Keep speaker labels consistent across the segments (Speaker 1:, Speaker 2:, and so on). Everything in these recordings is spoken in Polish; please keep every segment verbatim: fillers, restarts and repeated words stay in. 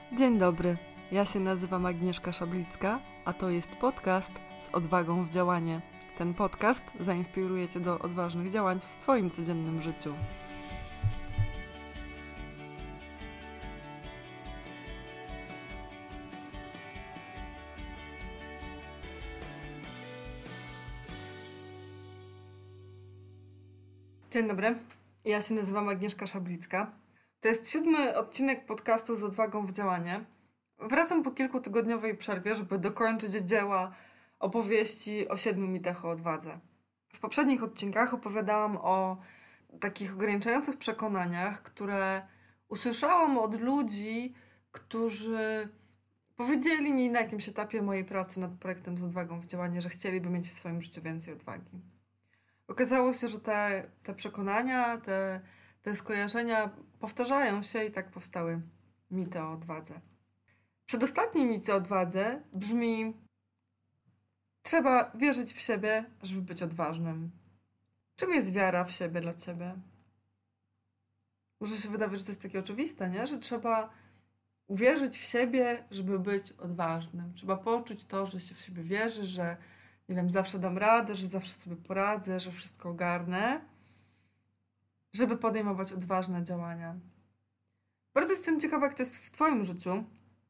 Speaker 1: Dzień dobry, ja się nazywam Agnieszka Szablicka, a to jest podcast z odwagą w działanie. Ten podcast zainspiruje Cię do odważnych działań w Twoim codziennym życiu. Dzień dobry, ja się nazywam Agnieszka Szablicka. To jest siódmy odcinek podcastu z odwagą w działanie. Wracam po kilkutygodniowej przerwie, żeby dokończyć dzieła opowieści o siedmiu mitach o odwadze. W poprzednich odcinkach opowiadałam o takich ograniczających przekonaniach, które usłyszałam od ludzi, którzy powiedzieli mi na jakimś etapie mojej pracy nad projektem z odwagą w działanie, że chcieliby mieć w swoim życiu więcej odwagi. Okazało się, że te, te przekonania, te, te skojarzenia powtarzają się i tak powstały mity o odwadze. Przedostatni mit o odwadze brzmi: trzeba wierzyć w siebie, żeby być odważnym. Czym jest wiara w siebie dla Ciebie? Może się wydawać, że to jest takie oczywiste, nie? Że trzeba uwierzyć w siebie, żeby być odważnym. Trzeba poczuć to, że się w siebie wierzy, że nie wiem, zawsze dam radę, że zawsze sobie poradzę, że wszystko ogarnę, żeby podejmować odważne działania. Bardzo jestem ciekawa, jak to jest w Twoim życiu.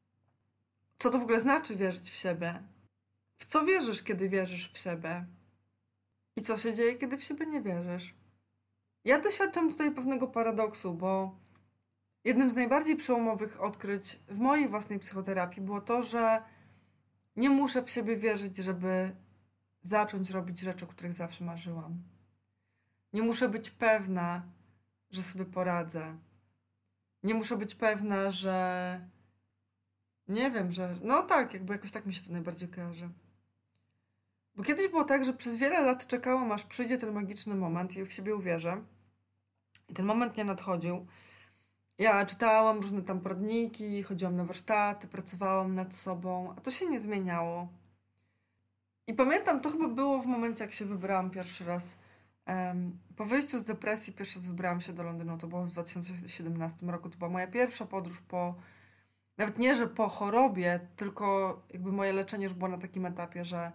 Speaker 1: Co to w ogóle znaczy wierzyć w siebie? W co wierzysz, kiedy wierzysz w siebie? I co się dzieje, kiedy w siebie nie wierzysz? Ja doświadczam tutaj pewnego paradoksu, bo jednym z najbardziej przełomowych odkryć w mojej własnej psychoterapii było to, że nie muszę w siebie wierzyć, żeby zacząć robić rzeczy, o których zawsze marzyłam. Nie muszę być pewna, że sobie poradzę. Nie muszę być pewna, że... Nie wiem, że... No tak, jakby jakoś tak mi się to najbardziej kojarzy. Bo kiedyś było tak, że przez wiele lat czekałam, aż przyjdzie ten magiczny moment i w siebie uwierzę. I ten moment nie nadchodził. Ja czytałam różne tam poradniki, chodziłam na warsztaty, pracowałam nad sobą, a to się nie zmieniało. I pamiętam, to chyba było w momencie, jak się wybrałam pierwszy raz. Um, po wyjściu z depresji pierwszy raz wybrałam się do Londynu, to było w dwa tysiące siedemnastym roku. To była moja pierwsza podróż po... Nawet nie, że po chorobie, tylko jakby moje leczenie już było na takim etapie, że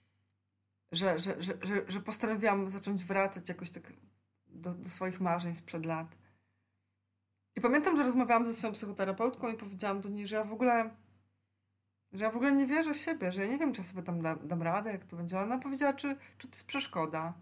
Speaker 1: Że, że, że, że, że postanowiłam zacząć wracać jakoś tak do, do swoich marzeń sprzed lat. I pamiętam, że rozmawiałam ze swoją psychoterapeutką i powiedziałam do niej, że ja w ogóle że ja w ogóle nie wierzę w siebie, że ja nie wiem, czy ja sobie tam dam, dam radę, jak to będzie. Ona powiedziała, czy, czy to jest przeszkoda.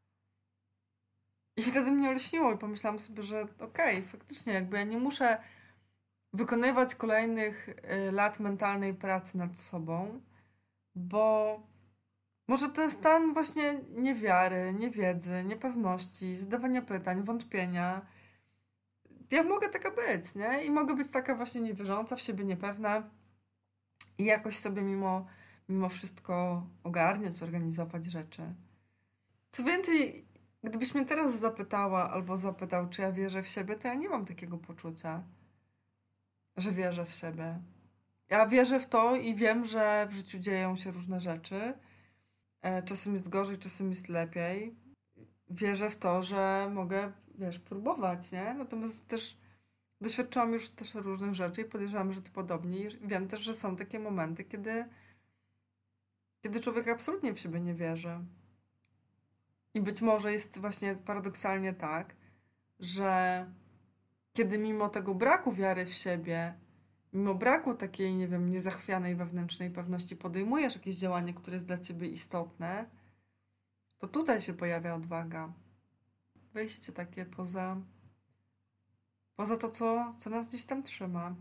Speaker 1: I wtedy mnie olśniło i pomyślałam sobie, że okej, okay, faktycznie jakby ja nie muszę wykonywać kolejnych y, lat mentalnej pracy nad sobą, bo może ten stan właśnie niewiary, niewiedzy, niepewności, zadawania pytań, wątpienia. Ja mogę taka być, nie? I mogę być taka właśnie niewierząca, w siebie niepewna i jakoś sobie mimo, mimo wszystko ogarniać, organizować rzeczy. Co więcej, gdybyś mnie teraz zapytała albo zapytał, czy ja wierzę w siebie, to ja nie mam takiego poczucia, że wierzę w siebie. Ja wierzę w to i wiem, że w życiu dzieją się różne rzeczy. Czasem jest gorzej, czasem jest lepiej. Wierzę w to, że mogę, wiesz, próbować, nie? Natomiast też doświadczyłam już też różnych rzeczy i podejrzewam, że to podobnie. I wiem też, że są takie momenty, kiedy, kiedy człowiek absolutnie w siebie nie wierzy. I być może jest właśnie paradoksalnie tak, że kiedy mimo tego braku wiary w siebie, mimo braku takiej, nie wiem, niezachwianej wewnętrznej pewności podejmujesz jakieś działanie, które jest dla ciebie istotne, to tutaj się pojawia odwaga. Wyjście takie poza, poza to, co, co nas gdzieś tam trzyma.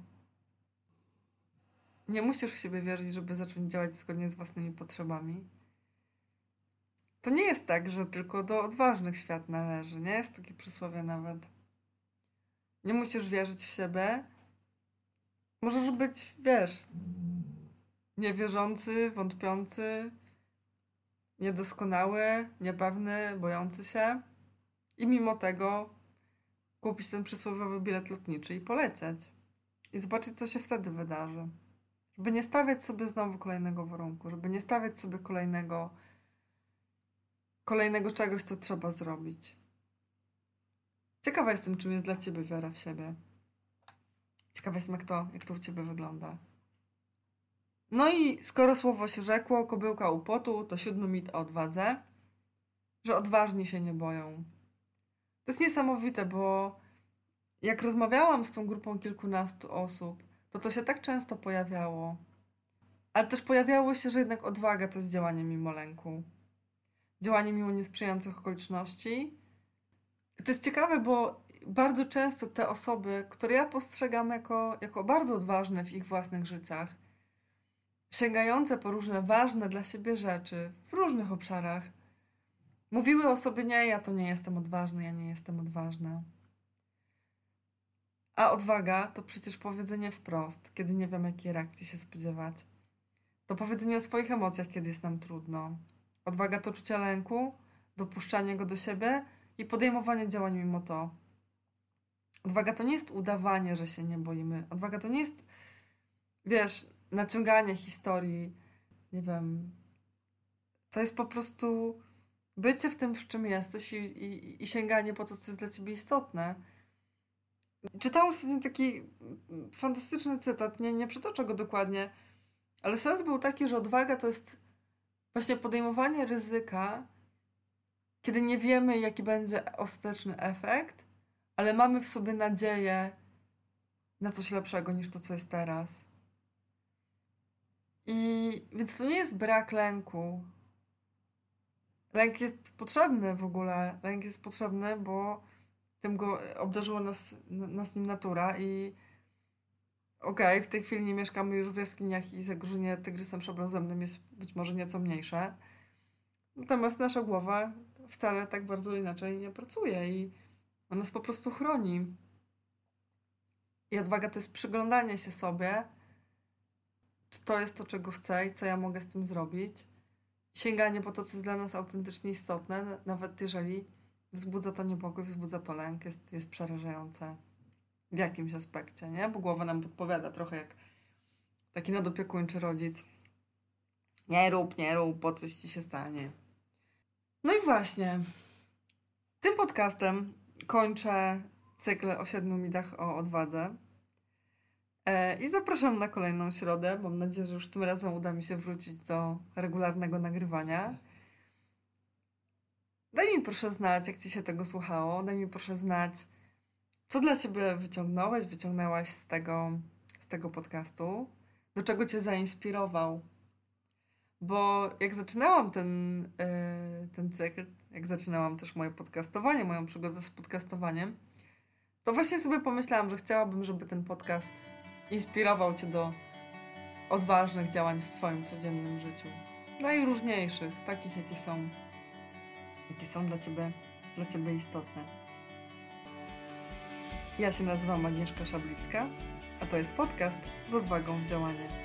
Speaker 1: Nie musisz w siebie wierzyć, żeby zacząć działać zgodnie z własnymi potrzebami. To nie jest tak, że tylko do odważnych świat należy. Nie jest takie przysłowie nawet. Nie musisz wierzyć w siebie. Możesz być, wiesz, niewierzący, wątpiący, niedoskonały, niepewny, bojący się i mimo tego kupić ten przysłowiowy bilet lotniczy i polecieć. I zobaczyć, co się wtedy wydarzy. Żeby nie stawiać sobie znowu kolejnego warunku, żeby nie stawiać sobie kolejnego kolejnego czegoś, co trzeba zrobić. Ciekawa jestem, czym jest dla Ciebie wiara w siebie. Ciekawa jestem, jak to, jak to u ciebie wygląda. No i skoro słowo się rzekło, kobyłka u płotu, to siódmy mit o odwadze, że odważni się nie boją. To jest niesamowite, bo jak rozmawiałam z tą grupą kilkunastu osób, to to się tak często pojawiało. Ale też pojawiało się, że jednak odwaga to jest działanie mimo lęku. Działanie mimo niesprzyjających okoliczności. To jest ciekawe, bo bardzo często te osoby, które ja postrzegam jako, jako bardzo odważne w ich własnych życiach, sięgające po różne ważne dla siebie rzeczy w różnych obszarach, mówiły o sobie: nie, ja to nie jestem odważny, ja nie jestem odważna. A odwaga to przecież powiedzenie wprost, kiedy nie wiem, jakiej reakcji się spodziewać. To powiedzenie o swoich emocjach, kiedy jest nam trudno. Odwaga to czucie lęku, dopuszczanie go do siebie i podejmowanie działań mimo to. Odwaga to nie jest udawanie, że się nie boimy. Odwaga to nie jest, wiesz, naciąganie historii, nie wiem. To jest po prostu bycie w tym, w czym jesteś i, i, i sięganie po to, co jest dla ciebie istotne. Czytałam ostatnio taki fantastyczny cytat, nie, nie przytoczę go dokładnie, ale sens był taki, że odwaga to jest właśnie podejmowanie ryzyka, kiedy nie wiemy, jaki będzie ostateczny efekt, ale mamy w sobie nadzieję na coś lepszego niż to, co jest teraz. I więc to nie jest brak lęku. Lęk jest potrzebny w ogóle. Lęk jest potrzebny, bo tym go obdarzyła nas, nas nim natura i okej, okay, w tej chwili nie mieszkamy już w jaskiniach i zagrożenie tygrysem szablozemnym jest być może nieco mniejsze. Natomiast nasza głowa wcale tak bardzo inaczej nie pracuje i ona nas po prostu chroni. I odwaga to jest przyglądanie się sobie, czy to jest to, czego chcę i co ja mogę z tym zrobić. Sięganie po to, co jest dla nas autentycznie istotne, nawet jeżeli wzbudza to niepokój, wzbudza to lęk, jest, jest przerażające w jakimś aspekcie, nie? Bo głowa nam podpowiada trochę jak taki nadopiekuńczy rodzic. Nie rób, nie rób, bo coś ci się stanie. No i właśnie, tym podcastem kończę cykl o siedmiu mitach o odwadze. I zapraszam na kolejną środę. Mam nadzieję, że już tym razem uda mi się wrócić do regularnego nagrywania. Daj mi proszę znać, jak ci się tego słuchało. Daj mi proszę znać, co dla siebie wyciągnąłeś, wyciągnęłaś z tego, z tego podcastu. Do czego cię zainspirował. Bo jak zaczynałam ten, yy, ten cykl, jak zaczynałam też moje podcastowanie, moją przygodę z podcastowaniem, to właśnie sobie pomyślałam, że chciałabym, żeby ten podcast inspirował cię do odważnych działań w twoim codziennym życiu. Najróżniejszych, takich, jakie są, jakie są dla ciebie, dla ciebie istotne. Ja się nazywam Agnieszka Szablicka, a to jest podcast z odwagą w działanie.